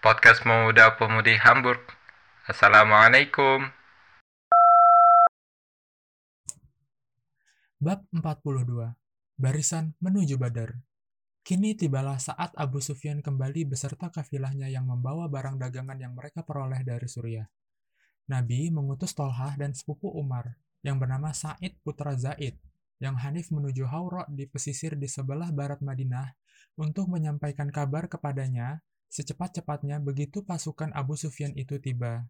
Podcast Pemuda Pemudi Hamburg. Assalamualaikum. Bab 42. Barisan menuju Badar. Kini tibalah saat Abu Sufyan kembali beserta kafilahnya yang membawa barang dagangan yang mereka peroleh dari Suriah. Nabi mengutus Tolhah dan sepupu Umar, yang bernama Sa'id putra Zaid, yang hanif menuju Haura di pesisir di sebelah barat Madinah, untuk menyampaikan kabar kepadanya secepat-cepatnya begitu pasukan Abu Sufyan itu tiba.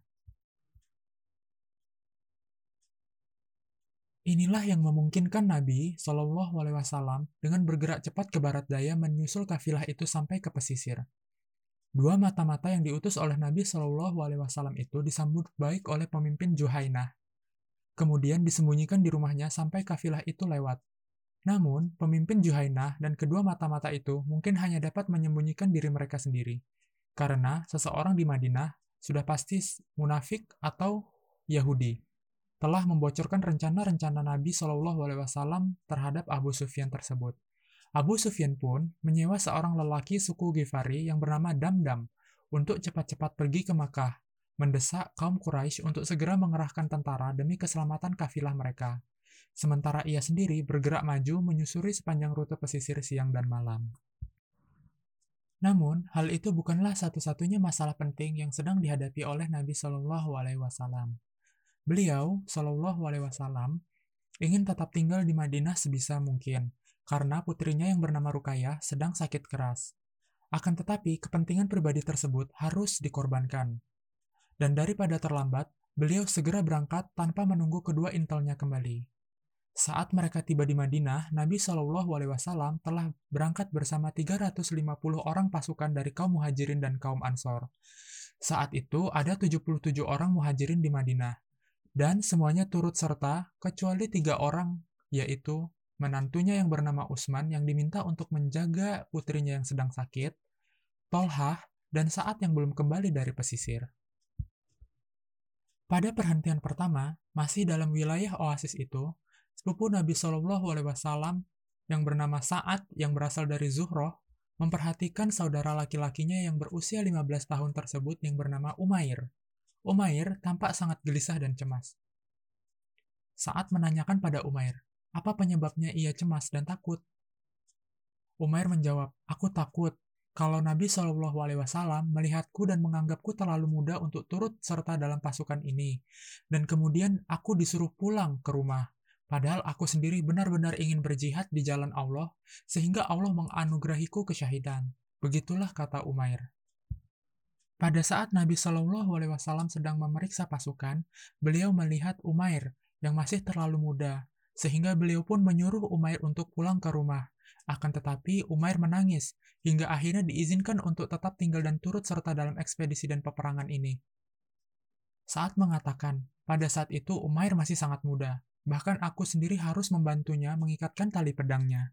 Inilah yang memungkinkan Nabi Shallallahu Alaihi Wasallam dengan bergerak cepat ke barat daya menyusul kafilah itu sampai ke pesisir. Dua mata-mata yang diutus oleh Nabi Shallallahu Alaihi Wasallam itu disambut baik oleh pemimpin Juhainah. Kemudian disembunyikan di rumahnya sampai kafilah itu lewat. Namun, pemimpin Juhainah dan kedua mata-mata itu mungkin hanya dapat menyembunyikan diri mereka sendiri, karena seseorang di Madinah sudah pasti munafik atau Yahudi telah membocorkan rencana-rencana Nabi Shallallahu Alaihi Wasallam terhadap Abu Sufyan tersebut. Abu Sufyan pun menyewa seorang lelaki suku Ghifari yang bernama Damdam untuk cepat-cepat pergi ke Makkah, mendesak kaum Quraisy untuk segera mengerahkan tentara demi keselamatan kafilah mereka. Sementara ia sendiri bergerak maju menyusuri sepanjang rute pesisir siang dan malam. Namun, hal itu bukanlah satu-satunya masalah penting yang sedang dihadapi oleh Nabi Shallallahu Alaihi Wasallam. Beliau, Shallallahu Alaihi Wasallam, ingin tetap tinggal di Madinah sebisa mungkin, karena putrinya yang bernama Ruqayyah sedang sakit keras. Akan tetapi, kepentingan pribadi tersebut harus dikorbankan. Dan daripada terlambat, beliau segera berangkat tanpa menunggu kedua intelnya kembali. Saat mereka tiba di Madinah, Nabi Shallallahu Alaihi Wasallam telah berangkat bersama 350 orang pasukan dari kaum Muhajirin dan kaum Ansor. Saat itu ada 77 orang Muhajirin di Madinah, dan semuanya turut serta kecuali 3 orang, yaitu menantunya yang bernama Utsman yang diminta untuk menjaga putrinya yang sedang sakit, Tolhah, dan Sa'ad yang belum kembali dari pesisir. Pada perhentian pertama, masih dalam wilayah oasis itu, sepupu Nabi Shallallahu Alaihi Wasallam yang bernama Sa'ad yang berasal dari Zuhroh memperhatikan saudara laki-lakinya yang berusia 15 tahun tersebut yang bernama Umair. Umair tampak sangat gelisah dan cemas. Saat menanyakan pada Umair, apa penyebabnya ia cemas dan takut? Umair menjawab, aku takut kalau Nabi Shallallahu Alaihi Wasallam melihatku dan menganggapku terlalu muda untuk turut serta dalam pasukan ini, dan kemudian aku disuruh pulang ke rumah. Padahal aku sendiri benar-benar ingin berjihad di jalan Allah, sehingga Allah menganugerahiku kesyahidan. Begitulah kata Umair. Pada saat Nabi Shallallahu Alaihi Wasallam sedang memeriksa pasukan, beliau melihat Umair yang masih terlalu muda, sehingga beliau pun menyuruh Umair untuk pulang ke rumah. Akan tetapi Umair menangis, hingga akhirnya diizinkan untuk tetap tinggal dan turut serta dalam ekspedisi dan peperangan ini. Saat mengatakan, pada saat itu Umair masih sangat muda, bahkan aku sendiri harus membantunya mengikatkan tali pedangnya.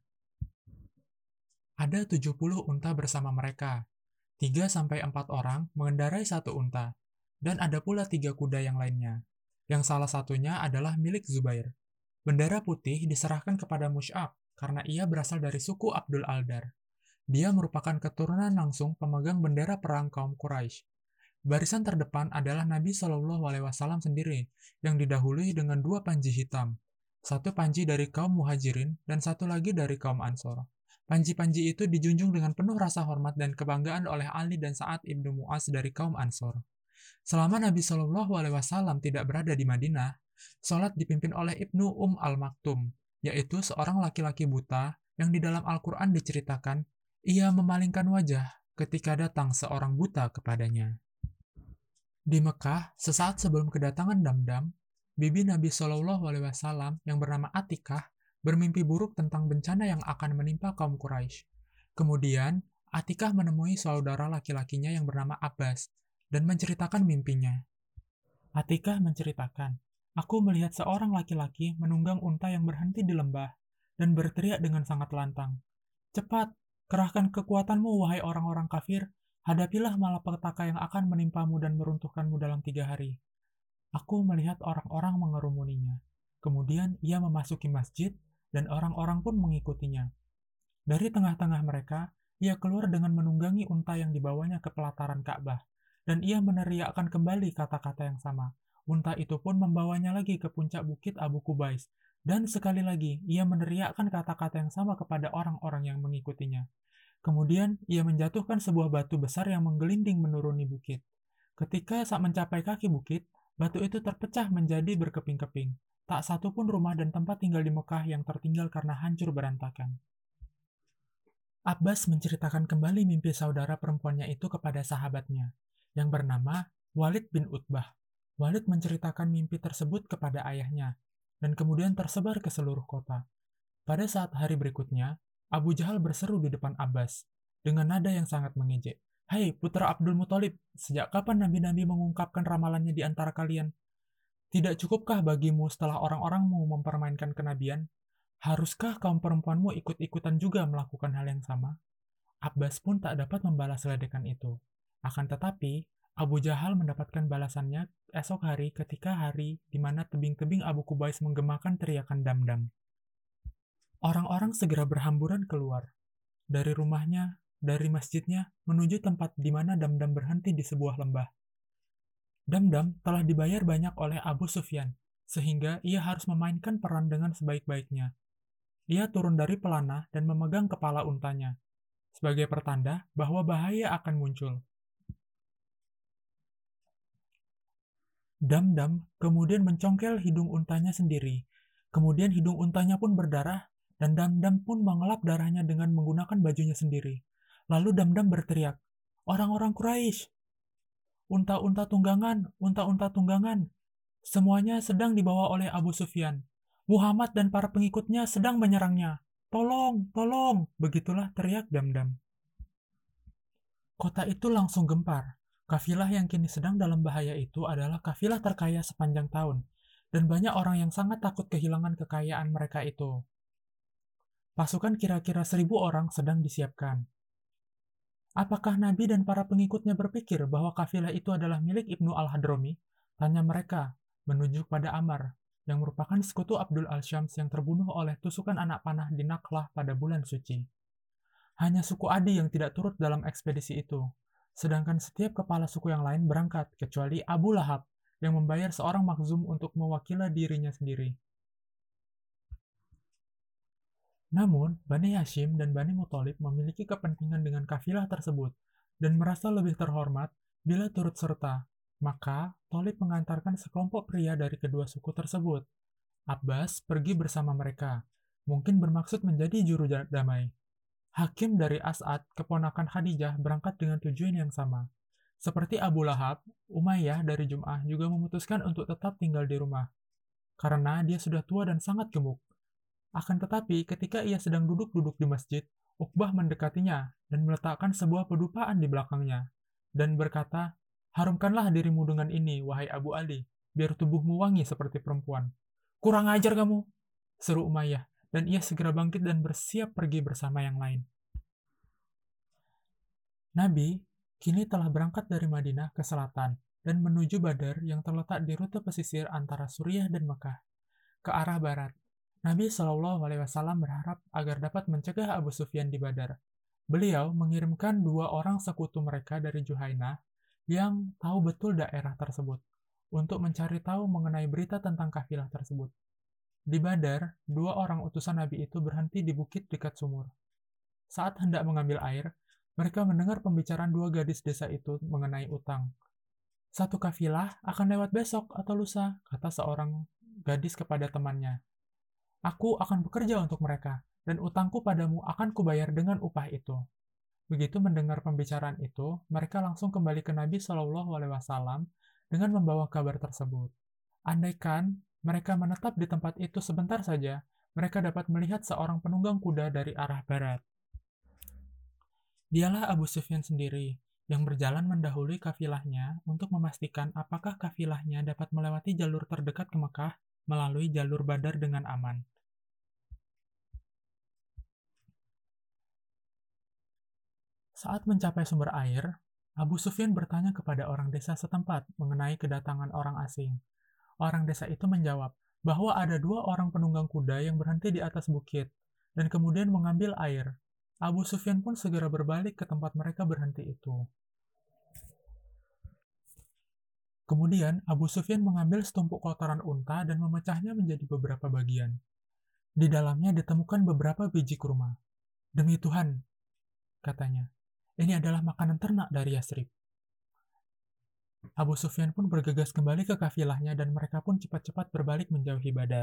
Ada 70 unta bersama mereka. 3-4 orang mengendarai satu unta, dan ada pula 3 kuda yang lainnya, yang salah satunya adalah milik Zubair. Bendera putih diserahkan kepada Mus'ab, karena ia berasal dari suku Abdul Aldar. Dia merupakan keturunan langsung pemegang bendera perang kaum Quraisy. Barisan terdepan adalah Nabi Shallallahu Alaihi Wasallam sendiri, yang didahului dengan 2 panji hitam. Satu panji dari kaum Muhajirin, dan satu lagi dari kaum Ansor. Panji-panji itu dijunjung dengan penuh rasa hormat dan kebanggaan oleh Ali dan Sa'ad ibnu Mu'az dari kaum Ansor. Selama Nabi Shallallahu Alaihi Wasallam tidak berada di Madinah, sholat dipimpin oleh Ibnu Maktum, yaitu seorang laki-laki buta yang di dalam Al-Quran diceritakan, ia memalingkan wajah ketika datang seorang buta kepadanya. Di Mekah, sesaat sebelum kedatangan Damdam, bibi Nabi Shallallahu Alaihi Wasallam yang bernama Atikah bermimpi buruk tentang bencana yang akan menimpa kaum Quraisy. Kemudian, Atikah menemui saudara laki-lakinya yang bernama Abbas dan menceritakan mimpinya. Atikah menceritakan, aku melihat seorang laki-laki menunggang unta yang berhenti di lembah dan berteriak dengan sangat lantang. Cepat, kerahkan kekuatanmu wahai orang-orang kafir, hadapilah malapetaka yang akan menimpamu dan meruntuhkanmu dalam 3 hari. Aku melihat orang-orang mengerumuninya. Kemudian ia memasuki masjid dan orang-orang pun mengikutinya. Dari tengah-tengah mereka, Ia keluar dengan menunggangi unta yang dibawanya ke pelataran Ka'bah, dan ia meneriakkan kembali kata-kata yang sama. Unta itu pun membawanya lagi ke puncak bukit Abu Kubais, dan sekali lagi ia meneriakkan kata-kata yang sama kepada orang-orang yang mengikutinya. Kemudian ia menjatuhkan sebuah batu besar yang menggelinding menuruni bukit. Ketika saat mencapai kaki bukit, batu itu terpecah menjadi berkeping-keping. Tak satu pun rumah dan tempat tinggal di Mekah yang tertinggal karena hancur berantakan. Abbas menceritakan kembali mimpi saudara perempuannya itu kepada sahabatnya, yang bernama Walid bin Utbah. Walid menceritakan mimpi tersebut kepada ayahnya, dan kemudian tersebar ke seluruh kota. Pada saat hari berikutnya, Abu Jahal berseru di depan Abbas, dengan nada yang sangat mengejek. Hai putra Abdul Muthalib, sejak kapan nabi-nabi mengungkapkan ramalannya di antara kalian? Tidak cukupkah bagimu setelah orang-orangmu mempermainkan kenabian? Haruskah kaum perempuanmu ikut-ikutan juga melakukan hal yang sama? Abbas pun tak dapat membalas ledekan itu. Akan tetapi, Abu Jahal mendapatkan balasannya esok hari ketika hari di mana tebing-tebing Abu Kubais menggemakan teriakan dam-dam. Orang-orang segera berhamburan keluar. Dari rumahnya, dari masjidnya, menuju tempat di mana dam-dam berhenti di sebuah lembah. Dam-dam telah dibayar banyak oleh Abu Sufyan, sehingga ia harus memainkan peran dengan sebaik-baiknya. Ia turun dari pelana dan memegang kepala untanya, sebagai pertanda bahwa bahaya akan muncul. Dam-dam kemudian mencongkel hidung untanya sendiri. Kemudian hidung untanya pun berdarah, dan Dam-dam pun mengelap darahnya dengan menggunakan bajunya sendiri. Lalu Dam-dam berteriak, "Orang-orang Quraisy! Unta-unta tunggangan! Unta-unta tunggangan! Semuanya sedang dibawa oleh Abu Sufyan. Muhammad dan para pengikutnya sedang menyerangnya. Tolong! Tolong!" Begitulah teriak Dam-dam. Kota itu langsung gempar. Kafilah yang kini sedang dalam bahaya itu adalah kafilah terkaya sepanjang tahun, dan banyak orang yang sangat takut kehilangan kekayaan mereka itu. Pasukan kira-kira 1.000 orang sedang disiapkan. Apakah Nabi dan para pengikutnya berpikir bahwa kafilah itu adalah milik Ibnu al-Hadrami? Tanya mereka, menunjuk pada Ammar, yang merupakan sekutu Abdul al-Syams yang terbunuh oleh tusukan anak panah di Nakhlah pada bulan suci. Hanya suku Adi yang tidak turut dalam ekspedisi itu, sedangkan setiap kepala suku yang lain berangkat, kecuali Abu Lahab, yang membayar seorang Makhzum untuk mewakili dirinya sendiri. Namun, Bani Hashim dan Bani Muthalib memiliki kepentingan dengan kafilah tersebut, dan merasa lebih terhormat bila turut serta. Maka, Thalib mengantarkan sekelompok pria dari kedua suku tersebut. Abbas pergi bersama mereka, mungkin bermaksud menjadi juru damai. Hakim dari As'ad, keponakan Khadijah, berangkat dengan tujuan yang sama. Seperti Abu Lahab, Umayyah dari Jum'ah juga memutuskan untuk tetap tinggal di rumah, karena dia sudah tua dan sangat gemuk. Akan tetapi, ketika ia sedang duduk-duduk di masjid, Uqbah mendekatinya dan meletakkan sebuah pedupaan di belakangnya, dan berkata, "Harumkanlah dirimu dengan ini, wahai Abu Ali, biar tubuhmu wangi seperti perempuan." "Kurang ajar kamu!" seru Umayyah, dan ia segera bangkit dan bersiap pergi bersama yang lain. Nabi kini telah berangkat dari Madinah ke selatan dan menuju Badar yang terletak di rute pesisir antara Suriah dan Mekah, ke arah barat. Nabi Shallallahu Alaihi Wasallam berharap agar dapat mencegah Abu Sufyan di Badar. Beliau mengirimkan 2 orang sekutu mereka dari Juhainah yang tahu betul daerah tersebut untuk mencari tahu mengenai berita tentang kafilah tersebut. Di Badar, 2 orang utusan Nabi itu berhenti di bukit dekat sumur. Saat hendak mengambil air, mereka mendengar pembicaraan 2 gadis desa itu mengenai utang. "Satu kafilah akan lewat besok atau lusa," kata seorang gadis kepada temannya. "Aku akan bekerja untuk mereka, dan utangku padamu akan kubayar dengan upah itu." Begitu mendengar pembicaraan itu, mereka langsung kembali ke Nabi Shallallahu Alaihi Wasallam dengan membawa kabar tersebut. Andaikan mereka menetap di tempat itu sebentar saja, mereka dapat melihat seorang penunggang kuda dari arah barat. Dialah Abu Sufyan sendiri, yang berjalan mendahului kafilahnya untuk memastikan apakah kafilahnya dapat melewati jalur terdekat ke Mekah melalui jalur Badar dengan aman. Saat mencapai sumber air, Abu Sufyan bertanya kepada orang desa setempat mengenai kedatangan orang asing. Orang desa itu menjawab bahwa ada 2 orang penunggang kuda yang berhenti di atas bukit, dan kemudian mengambil air. Abu Sufyan pun segera berbalik ke tempat mereka berhenti itu. Kemudian, Abu Sufyan mengambil setumpuk kotoran unta dan memecahnya menjadi beberapa bagian. Di dalamnya ditemukan beberapa biji kurma. "Demi Tuhan," katanya, "ini adalah makanan ternak dari Yasrib." Abu Sufyan pun bergegas kembali ke kafilahnya dan mereka pun cepat-cepat berbalik menjauhi Badar.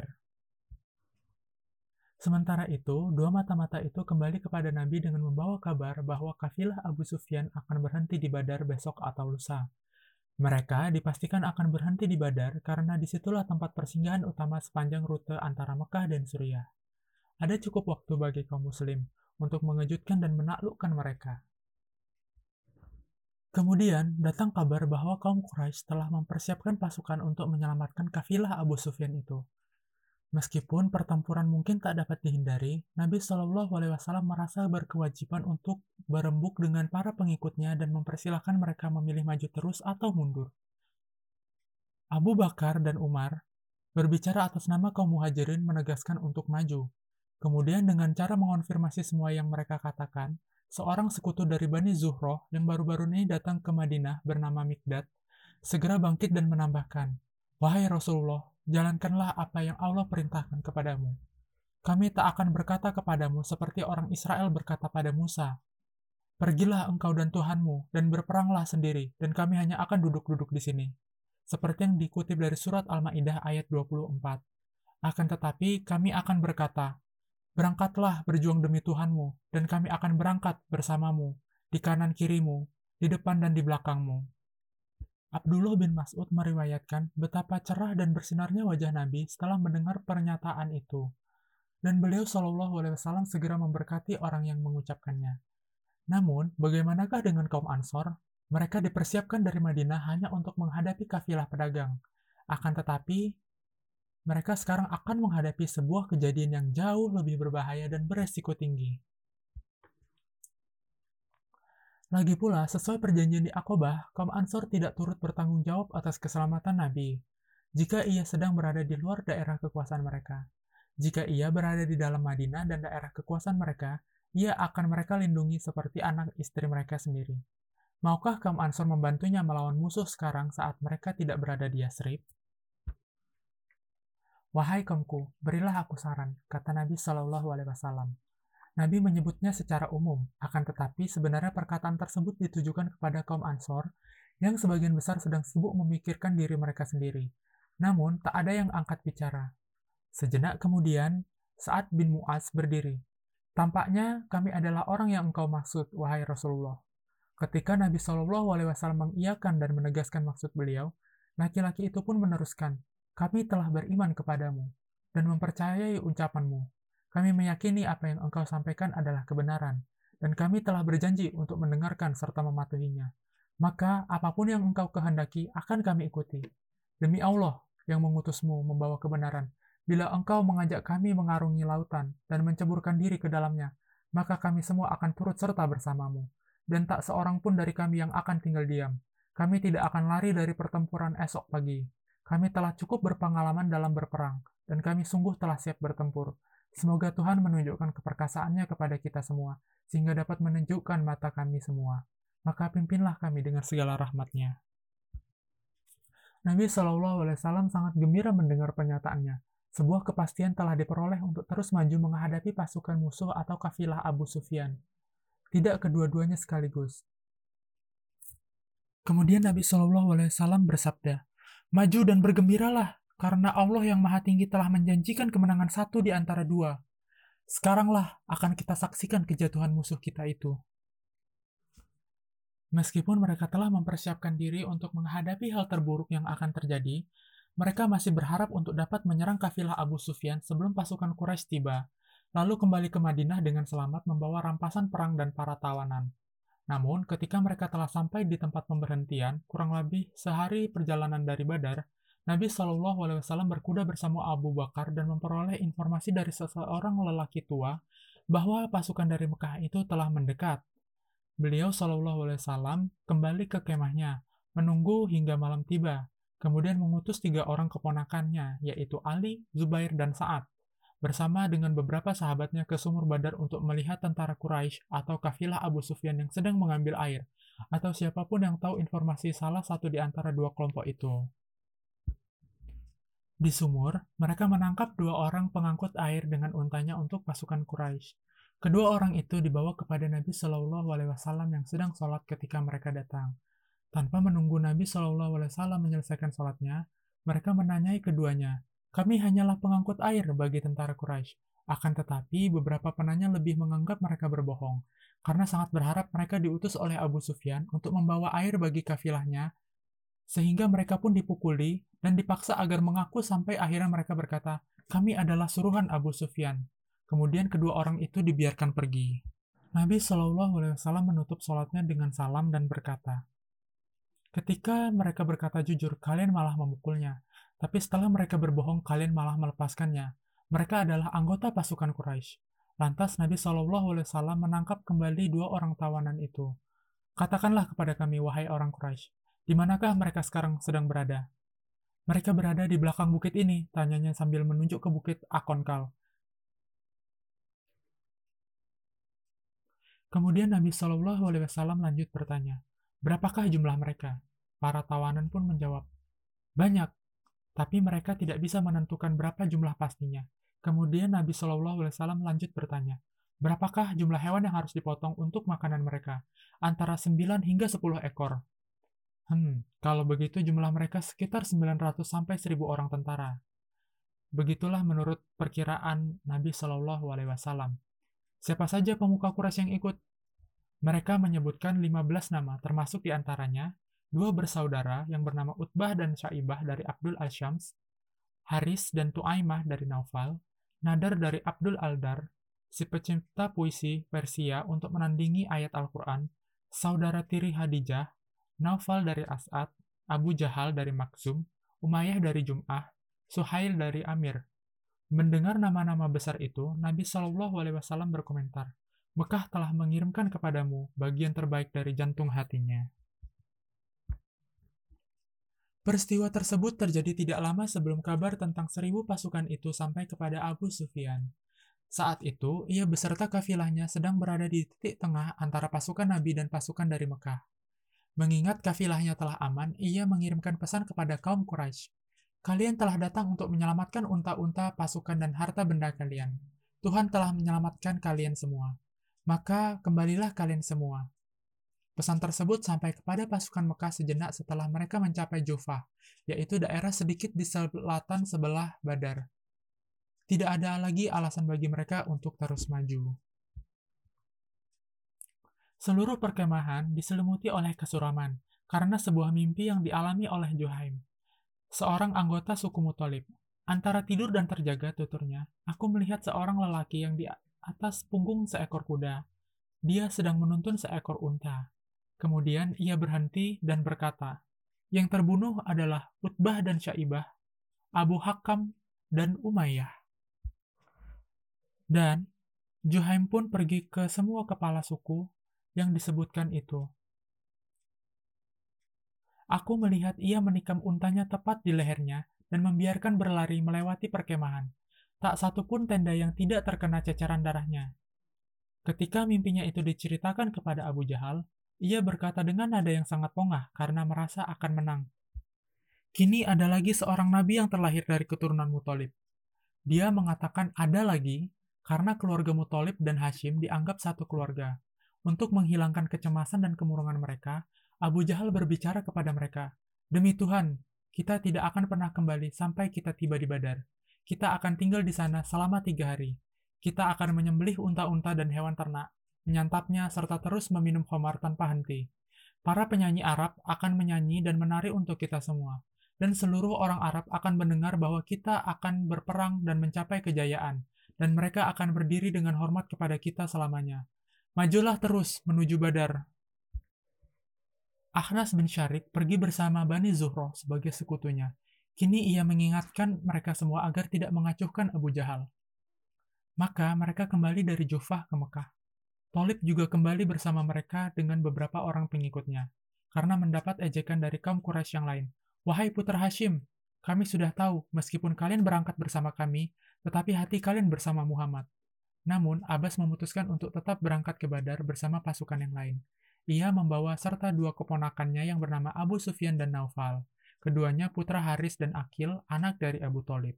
Sementara itu, dua mata-mata itu kembali kepada Nabi dengan membawa kabar bahwa kafilah Abu Sufyan akan berhenti di Badar besok atau lusa. Mereka dipastikan akan berhenti di Badar karena disitulah tempat persinggahan utama sepanjang rute antara Mekah dan Suriah. Ada cukup waktu bagi kaum muslim untuk mengejutkan dan menaklukkan mereka. Kemudian, datang kabar bahwa kaum Quraisy telah mempersiapkan pasukan untuk menyelamatkan kafilah Abu Sufyan itu. Meskipun pertempuran mungkin tak dapat dihindari, Nabi Shallallahu Alaihi Wasallam merasa berkewajiban untuk berembuk dengan para pengikutnya dan mempersilahkan mereka memilih maju terus atau mundur. Abu Bakar dan Umar berbicara atas nama kaum Muhajirin menegaskan untuk maju. Kemudian dengan cara mengonfirmasi semua yang mereka katakan, seorang sekutu dari Bani Zuhroh yang baru-baru ini datang ke Madinah bernama Mikdad, segera bangkit dan menambahkan, "Wahai Rasulullah, jalankanlah apa yang Allah perintahkan kepadamu. Kami tak akan berkata kepadamu seperti orang Israel berkata pada Musa, 'Pergilah engkau dan Tuhanmu, dan berperanglah sendiri, dan kami hanya akan duduk-duduk di sini.'" Seperti yang dikutip dari surat Al-Ma'idah ayat 24. Akan tetapi, kami akan berkata, "Berangkatlah berjuang demi Tuhanmu, dan kami akan berangkat bersamamu, di kanan kirimu, di depan dan di belakangmu." Abdullah bin Mas'ud meriwayatkan betapa cerah dan bersinarnya wajah Nabi setelah mendengar pernyataan itu. Dan beliau Shallallahu Alaihi Wasallam segera memberkati orang yang mengucapkannya. Namun, bagaimanakah dengan kaum Ansor? Mereka dipersiapkan dari Madinah hanya untuk menghadapi kafilah pedagang. Akan tetapi, mereka sekarang akan menghadapi sebuah kejadian yang jauh lebih berbahaya dan beresiko tinggi. Lagi pula, sesuai perjanjian di Aqobah, kaum Ansor tidak turut bertanggung jawab atas keselamatan Nabi jika ia sedang berada di luar daerah kekuasaan mereka. Jika ia berada di dalam Madinah dan daerah kekuasaan mereka, ia akan mereka lindungi seperti anak istri mereka sendiri. Maukah kaum Ansor membantunya melawan musuh sekarang saat mereka tidak berada di Yasrib? "Wahai kaumku, berilah aku saran," kata Nabi Shallallahu Alaihi Wasallam. Nabi menyebutnya secara umum, akan tetapi sebenarnya perkataan tersebut ditujukan kepada kaum Ansor yang sebagian besar sedang sibuk memikirkan diri mereka sendiri. Namun, tak ada yang angkat bicara. Sejenak kemudian, Sa'ad bin Mu'az berdiri. "Tampaknya kami adalah orang yang engkau maksud, wahai Rasulullah." Ketika Nabi Shallallahu Alaihi Wasallam mengiyakan dan menegaskan maksud beliau, laki-laki itu pun meneruskan, "Kami telah beriman kepadamu dan mempercayai ucapanmu. Kami meyakini apa yang engkau sampaikan adalah kebenaran, dan kami telah berjanji untuk mendengarkan serta mematuhinya. Maka apapun yang engkau kehendaki akan kami ikuti. Demi Allah yang mengutusmu membawa kebenaran, bila engkau mengajak kami mengarungi lautan dan menceburkan diri ke dalamnya, maka kami semua akan turut serta bersamamu. Dan tak seorang pun dari kami yang akan tinggal diam. Kami tidak akan lari dari pertempuran esok pagi. Kami telah cukup berpengalaman dalam berperang, dan kami sungguh telah siap bertempur. Semoga Tuhan menunjukkan keperkasaannya kepada kita semua, sehingga dapat menunjukkan mata kami semua. Maka pimpinlah kami dengan segala rahmat-Nya." Nabi Shallallahu Alaihi Wasallam sangat gembira mendengar pernyataannya. Sebuah kepastian telah diperoleh untuk terus maju menghadapi pasukan musuh atau kafilah Abu Sufyan. Tidak kedua-duanya sekaligus. Kemudian Nabi Shallallahu Alaihi Wasallam bersabda, "Maju dan bergembiralah, karena Allah yang Maha Tinggi telah menjanjikan kemenangan satu di antara dua. Sekaranglah akan kita saksikan kejatuhan musuh kita itu." Meskipun mereka telah mempersiapkan diri untuk menghadapi hal terburuk yang akan terjadi, mereka masih berharap untuk dapat menyerang kafilah Abu Sufyan sebelum pasukan Quraisy tiba, lalu kembali ke Madinah dengan selamat membawa rampasan perang dan para tawanan. Namun, ketika mereka telah sampai di tempat pemberhentian, kurang lebih sehari perjalanan dari Badar, Nabi Shallallahu Alaihi Wasallam berkuda bersama Abu Bakar dan memperoleh informasi dari seseorang lelaki tua bahwa pasukan dari Mekah itu telah mendekat. Beliau Shallallahu Alaihi Wasallam kembali ke kemahnya, menunggu hingga malam tiba, kemudian mengutus 3 orang keponakannya, yaitu Ali, Zubair, dan Sa'ad. bersama dengan beberapa sahabatnya ke sumur Badar untuk melihat tentara Quraisy atau kafilah Abu Sufyan yang sedang mengambil air, atau siapapun yang tahu informasi salah satu di antara dua kelompok itu. Di sumur, mereka menangkap dua orang pengangkut air dengan untanya untuk pasukan Quraisy. Kedua orang itu dibawa kepada Nabi Shallallahu Alaihi Wasallam yang sedang sholat ketika mereka datang. Tanpa menunggu Nabi Shallallahu Alaihi Wasallam menyelesaikan sholatnya, mereka menanyai keduanya, "Kami hanyalah pengangkut air bagi tentara Quraisy." Akan tetapi, beberapa penanya lebih menganggap mereka berbohong, karena sangat berharap mereka diutus oleh Abu Sufyan untuk membawa air bagi kafilahnya, sehingga mereka pun dipukuli dan dipaksa agar mengaku sampai akhirnya mereka berkata, "Kami adalah suruhan Abu Sufyan." Kemudian kedua orang itu dibiarkan pergi. Nabi Shallallahu Alaihi Wasallam menutup sholatnya dengan salam dan berkata, "Ketika mereka berkata jujur, kalian malah memukulnya. Tapi setelah mereka berbohong, kalian malah melepaskannya. Mereka adalah anggota pasukan Quraisy." Lantas Nabi Shallallahu Alaihi Wasallam menangkap kembali dua orang tawanan itu. "Katakanlah kepada kami, wahai orang Quraisy, di manakah mereka sekarang sedang berada?" "Mereka berada di belakang bukit ini," tanyanya sambil menunjuk ke bukit Akonkal. Kemudian Nabi Shallallahu Alaihi Wasallam lanjut bertanya, "Berapakah jumlah mereka?" Para tawanan pun menjawab, "Banyak, tapi mereka tidak bisa menentukan berapa jumlah pastinya." Kemudian Nabi Shallallahu Alaihi Wasallam lanjut bertanya, "Berapakah jumlah hewan yang harus dipotong untuk makanan mereka?" "Antara 9 hingga 10 ekor." Kalau begitu jumlah mereka sekitar 900 sampai 1000 orang tentara." Begitulah menurut perkiraan Nabi Shallallahu Alaihi Wasallam. Siapa saja pemuka Quraisy yang ikut? Mereka menyebutkan 15 nama, termasuk diantaranya dua bersaudara yang bernama Utbah dan Syaibah dari Abdul Al-Syams, Haris dan Tu'aimah dari Naufal, Nadar dari Abdul Aldar, si pencipta puisi Persia untuk menandingi ayat Al-Quran, saudara tiri Hadijah, Naufal dari As'ad, Abu Jahal dari Maksum, Umayyah dari Jum'ah, Suhail dari Amir. Mendengar nama-nama besar itu, Nabi Shallallahu Alaihi Wasallam berkomentar, "Mekah telah mengirimkan kepadamu bagian terbaik dari jantung hatinya." Peristiwa tersebut terjadi tidak lama sebelum kabar tentang 1000 pasukan itu sampai kepada Abu Sufyan. Saat itu, ia beserta kafilahnya sedang berada di titik tengah antara pasukan Nabi dan pasukan dari Mekah. Mengingat kafilahnya telah aman, ia mengirimkan pesan kepada kaum Quraisy, "Kalian telah datang untuk menyelamatkan unta-unta, pasukan, dan harta benda kalian. Tuhan telah menyelamatkan kalian semua. Maka kembalilah kalian semua." Pesan tersebut sampai kepada pasukan Mekah sejenak setelah mereka mencapai Jufah, yaitu daerah sedikit di selatan sebelah Badar. Tidak ada lagi alasan bagi mereka untuk terus maju. Seluruh perkemahan diselimuti oleh kesuraman, karena sebuah mimpi yang dialami oleh Juhaim, seorang anggota suku Muthalib. "Antara tidur dan terjaga," tuturnya, "aku melihat seorang lelaki yang di atas punggung seekor kuda. Dia sedang menuntun seekor unta." Kemudian ia berhenti dan berkata, "Yang terbunuh adalah Utbah dan Syaibah, Abu Hakam, dan Umayyah." Dan Juhaim pun pergi ke semua kepala suku yang disebutkan itu. "Aku melihat ia menikam untanya tepat di lehernya dan membiarkan berlari melewati perkemahan. Tak satu pun tenda yang tidak terkena ceceran darahnya." Ketika mimpinya itu diceritakan kepada Abu Jahal, ia berkata dengan nada yang sangat pongah karena merasa akan menang, "Kini ada lagi seorang nabi yang terlahir dari keturunan Muthalib." Dia mengatakan "ada lagi" karena keluarga Muthalib dan Hashim dianggap satu keluarga. Untuk menghilangkan kecemasan dan kemurungan mereka, Abu Jahal berbicara kepada mereka, "Demi Tuhan, kita tidak akan pernah kembali sampai kita tiba di Badar. Kita akan tinggal di sana selama 3 hari. Kita akan menyembelih unta-unta dan hewan ternak, menyantapnya, serta terus meminum khamar tanpa henti. Para penyanyi Arab akan menyanyi dan menari untuk kita semua. Dan seluruh orang Arab akan mendengar bahwa kita akan berperang dan mencapai kejayaan, dan mereka akan berdiri dengan hormat kepada kita selamanya. Majulah terus menuju Badar." Akhnas bin Syarik pergi bersama Bani Zuhroh sebagai sekutunya. Kini ia mengingatkan mereka semua agar tidak mengacuhkan Abu Jahal. Maka mereka kembali dari Jufah ke Mekah. Thalib juga kembali bersama mereka dengan beberapa orang pengikutnya, karena mendapat ejekan dari kaum Quraisy yang lain. "Wahai putra Hashim, kami sudah tahu, meskipun kalian berangkat bersama kami, tetapi hati kalian bersama Muhammad." Namun, Abbas memutuskan untuk tetap berangkat ke Badar bersama pasukan yang lain. Ia membawa serta dua keponakannya yang bernama Abu Sufyan dan Naufal. Keduanya putra Haris dan Akil, anak dari Abu Thalib.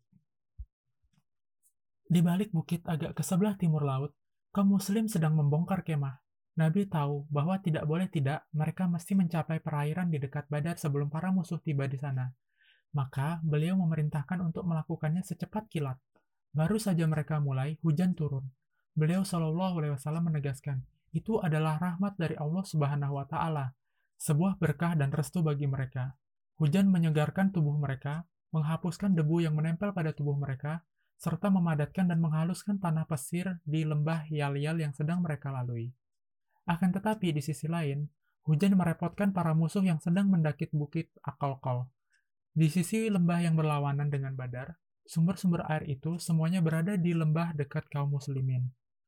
Di balik bukit agak ke sebelah timur laut, kaum muslim sedang membongkar kemah. Nabi tahu bahwa tidak boleh tidak, mereka mesti mencapai perairan di dekat Badar sebelum para musuh tiba di sana. Maka, beliau memerintahkan untuk melakukannya secepat kilat. Baru saja mereka mulai, hujan turun. Beliau Shallallahu Alaihi Wasallam menegaskan, itu adalah rahmat dari Allah Subhanahu Wa Taala, sebuah berkah dan restu bagi mereka. Hujan menyegarkan tubuh mereka, menghapuskan debu yang menempel pada tubuh mereka, serta memadatkan dan menghaluskan tanah pasir di lembah Yal-Yal yang sedang mereka lalui. Akan tetapi, di sisi lain, hujan merepotkan para musuh yang sedang mendaki bukit Akalkol. Di sisi lembah yang berlawanan dengan Badar, sumber-sumber air itu semuanya berada di lembah dekat kaum muslimin.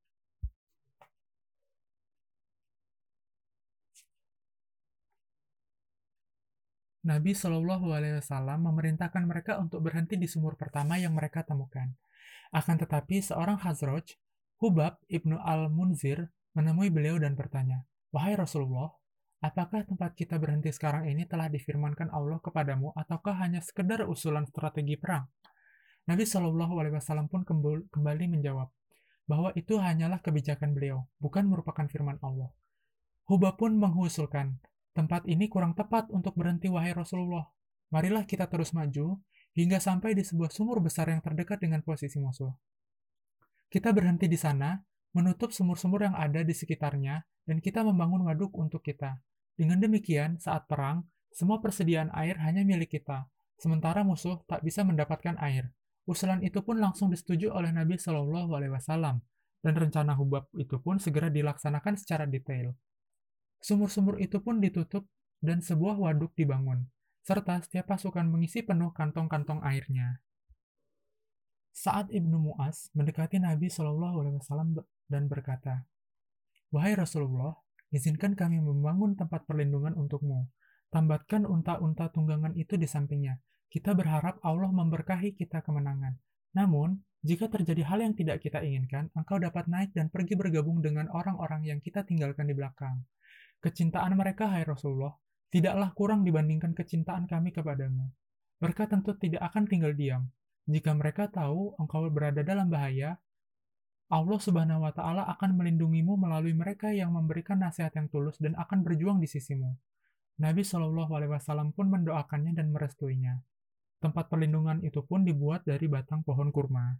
Nabi Shallallahu Alaihi Wasallam memerintahkan mereka untuk berhenti di sumur pertama yang mereka temukan. Akan tetapi, seorang Khazraj, Hubab ibnu al-Munzir, menemui beliau dan bertanya, "Wahai Rasulullah, apakah tempat kita berhenti sekarang ini telah difirmankan Allah kepadamu ataukah hanya sekedar usulan strategi perang?" Nabi Shallallahu Alaihi Wasallam pun kembali menjawab bahwa itu hanyalah kebijakan beliau, bukan merupakan firman Allah. Hubab pun mengusulkan, "Tempat ini kurang tepat untuk berhenti, wahai Rasulullah. Marilah kita terus maju, hingga sampai di sebuah sumur besar yang terdekat dengan posisi musuh. Kita berhenti di sana, menutup sumur-sumur yang ada di sekitarnya, dan kita membangun waduk untuk kita. Dengan demikian, saat perang, semua persediaan air hanya milik kita, sementara musuh tak bisa mendapatkan air." Usulan itu pun langsung disetujui oleh Nabi Shallallahu Alaihi Wasallam, dan rencana Hubab itu pun segera dilaksanakan secara detail. Sumur-sumur itu pun ditutup dan sebuah waduk dibangun, serta setiap pasukan mengisi penuh kantong-kantong airnya. Sa'ad ibnu Mu'az mendekati Nabi Shallallahu Alaihi Wasallam dan berkata, "Wahai Rasulullah, izinkan kami membangun tempat perlindungan untukmu. Tambatkan unta-unta tunggangan itu di sampingnya. Kita berharap Allah memberkahi kita kemenangan. Namun, jika terjadi hal yang tidak kita inginkan, engkau dapat naik dan pergi bergabung dengan orang-orang yang kita tinggalkan di belakang. Kecintaan mereka, hai Rasulullah, tidaklah kurang dibandingkan kecintaan kami kepadamu. Mereka tentu tidak akan tinggal diam. Jika mereka tahu engkau berada dalam bahaya, Allah Subhanahu wa Ta'ala akan melindungimu melalui mereka yang memberikan nasihat yang tulus dan akan berjuang di sisimu." Nabi Shallallahu Alaihi Wasallam pun mendoakannya dan merestuinya. Tempat perlindungan itu pun dibuat dari batang pohon kurma.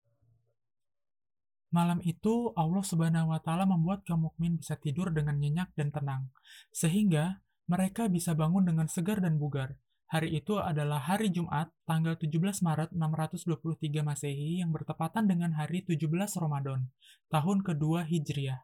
Malam itu, Allah Subhanahu wa Ta'ala membuat kaum mukmin bisa tidur dengan nyenyak dan tenang, sehingga mereka bisa bangun dengan segar dan bugar. Hari itu adalah hari Jumat, tanggal 17 Maret 623 Masehi yang bertepatan dengan hari 17 Ramadan, tahun kedua Hijriah.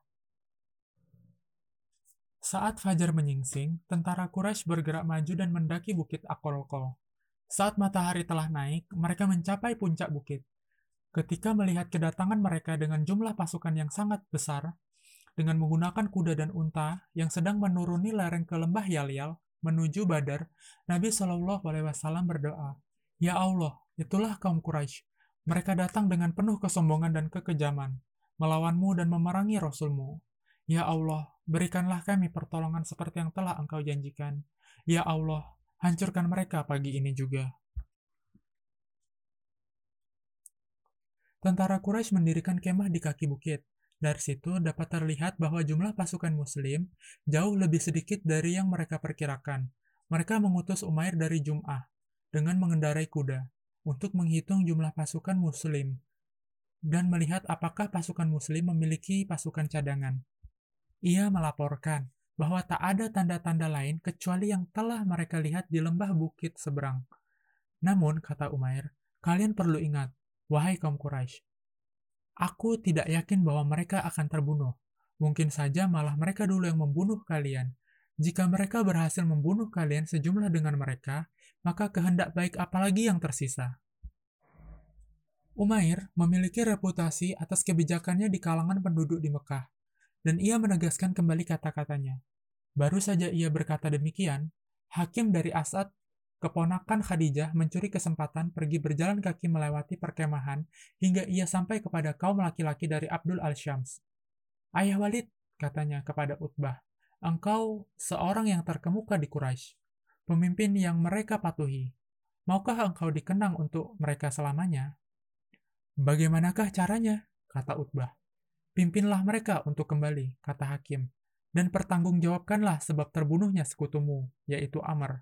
Saat fajar menyingsing, tentara Quraisy bergerak maju dan mendaki bukit Akolkol. Saat matahari telah naik, mereka mencapai puncak bukit. Ketika melihat kedatangan mereka dengan jumlah pasukan yang sangat besar, dengan menggunakan kuda dan unta yang sedang menuruni lereng ke lembah Yal-Yal menuju Badar, Nabi Shallallahu Alaihi Wasallam berdoa, "Ya Allah, itulah kaum Quraisy. Mereka datang dengan penuh kesombongan dan kekejaman, melawanmu dan memerangi Rasulmu. Ya Allah, berikanlah kami pertolongan seperti yang telah Engkau janjikan. Ya Allah, hancurkan mereka pagi ini juga." Tentara Quraisy mendirikan kemah di kaki bukit. Dari situ dapat terlihat bahwa jumlah pasukan Muslim jauh lebih sedikit dari yang mereka perkirakan. Mereka mengutus Umair dari Jum'ah dengan mengendarai kuda untuk menghitung jumlah pasukan Muslim dan melihat apakah pasukan Muslim memiliki pasukan cadangan. Ia melaporkan bahwa tak ada tanda-tanda lain kecuali yang telah mereka lihat di lembah bukit seberang. Namun, kata Umair, kalian perlu ingat, wahai kaum Quraisy, aku tidak yakin bahwa mereka akan terbunuh. Mungkin saja malah mereka dulu yang membunuh kalian. Jika mereka berhasil membunuh kalian sejumlah dengan mereka, maka kehendak baik apalagi yang tersisa. Umair memiliki reputasi atas kebijakannya di kalangan penduduk di Mekah, dan ia menegaskan kembali kata-katanya. Baru saja ia berkata demikian, hakim dari As'ad keponakan Khadijah mencuri kesempatan pergi berjalan kaki melewati perkemahan hingga ia sampai kepada kaum laki-laki dari Abdul al-Syams. "Ayah Walid," katanya kepada Utbah, "engkau seorang yang terkemuka di Quraisy, pemimpin yang mereka patuhi. Maukah engkau dikenang untuk mereka selamanya?" "Bagaimanakah caranya?" kata Utbah. "Pimpinlah mereka untuk kembali," kata Hakim, "dan pertanggungjawabkanlah sebab terbunuhnya sekutumu, yaitu Amr."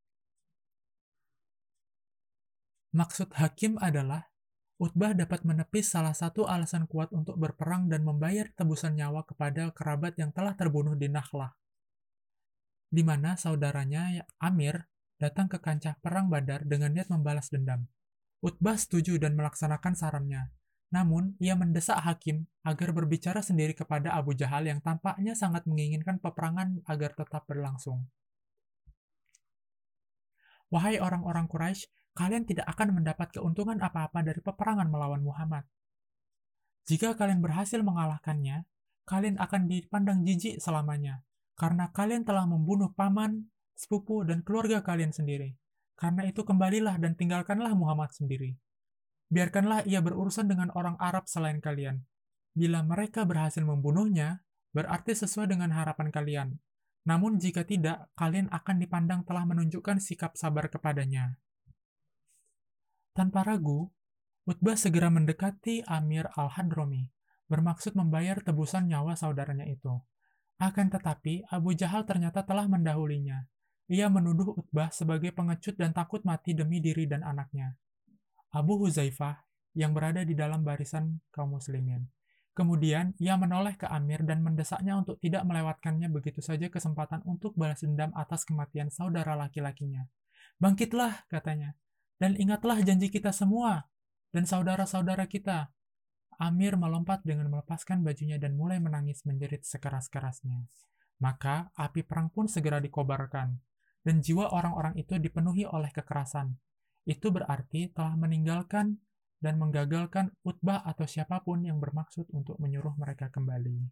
Maksud Hakim adalah Utbah dapat menepis salah satu alasan kuat untuk berperang dan membayar tebusan nyawa kepada kerabat yang telah terbunuh di Nakhlah, di mana saudaranya Amir datang ke kancah perang Badar dengan niat membalas dendam. Utbah setuju dan melaksanakan sarannya. Namun, ia mendesak Hakim agar berbicara sendiri kepada Abu Jahal yang tampaknya sangat menginginkan peperangan agar tetap berlangsung. "Wahai orang-orang Quraisy, kalian tidak akan mendapat keuntungan apa-apa dari peperangan melawan Muhammad. Jika kalian berhasil mengalahkannya, kalian akan dipandang jijik selamanya, karena kalian telah membunuh paman, sepupu, dan keluarga kalian sendiri. Karena itu kembalilah dan tinggalkanlah Muhammad sendiri. Biarkanlah ia berurusan dengan orang Arab selain kalian. Bila mereka berhasil membunuhnya, berarti sesuai dengan harapan kalian. Namun jika tidak, kalian akan dipandang telah menunjukkan sikap sabar kepadanya." Tanpa ragu, Utbah segera mendekati Amir al-Hadrami, bermaksud membayar tebusan nyawa saudaranya itu. Akan tetapi, Abu Jahal ternyata telah mendahulinya. Ia menuduh Utbah sebagai pengecut dan takut mati demi diri dan anaknya, Abu Huzaifah, yang berada di dalam barisan kaum muslimin. Kemudian, ia menoleh ke Amir dan mendesaknya untuk tidak melewatkannya begitu saja kesempatan untuk balas dendam atas kematian saudara laki-lakinya. "Bangkitlah," katanya, "dan ingatlah janji kita semua dan saudara-saudara kita." Amir melompat dengan melepaskan bajunya dan mulai menangis menjerit sekeras-kerasnya. Maka, api perang pun segera dikobarkan, dan jiwa orang-orang itu dipenuhi oleh kekerasan. Itu berarti telah meninggalkan dan menggagalkan Utbah atau siapapun yang bermaksud untuk menyuruh mereka kembali.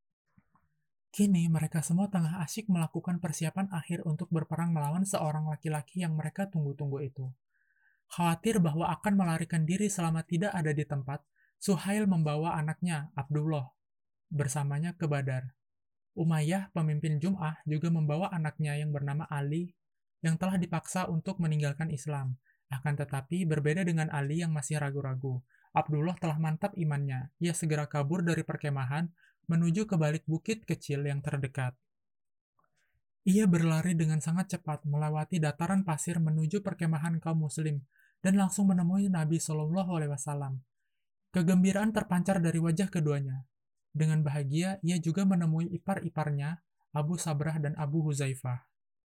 Kini mereka semua tengah asyik melakukan persiapan akhir untuk berperang melawan seorang laki-laki yang mereka tunggu-tunggu itu. Khawatir bahwa akan melarikan diri selama tidak ada di tempat, Suhail membawa anaknya, Abdullah, bersamanya ke Badar. Umayyah, pemimpin Jum'ah, juga membawa anaknya yang bernama Ali, yang telah dipaksa untuk meninggalkan Islam. Akan tetapi, berbeda dengan Ali yang masih ragu-ragu, Abdullah telah mantap imannya. Ia segera kabur dari perkemahan, menuju ke balik bukit kecil yang terdekat. Ia berlari dengan sangat cepat, melewati dataran pasir menuju perkemahan kaum muslim, dan langsung menemui Nabi Shallallahu Alaihi Wasallam. Kegembiraan terpancar dari wajah keduanya. Dengan bahagia, ia juga menemui ipar-iparnya, Abu Sabrah dan Abu Huzaifah.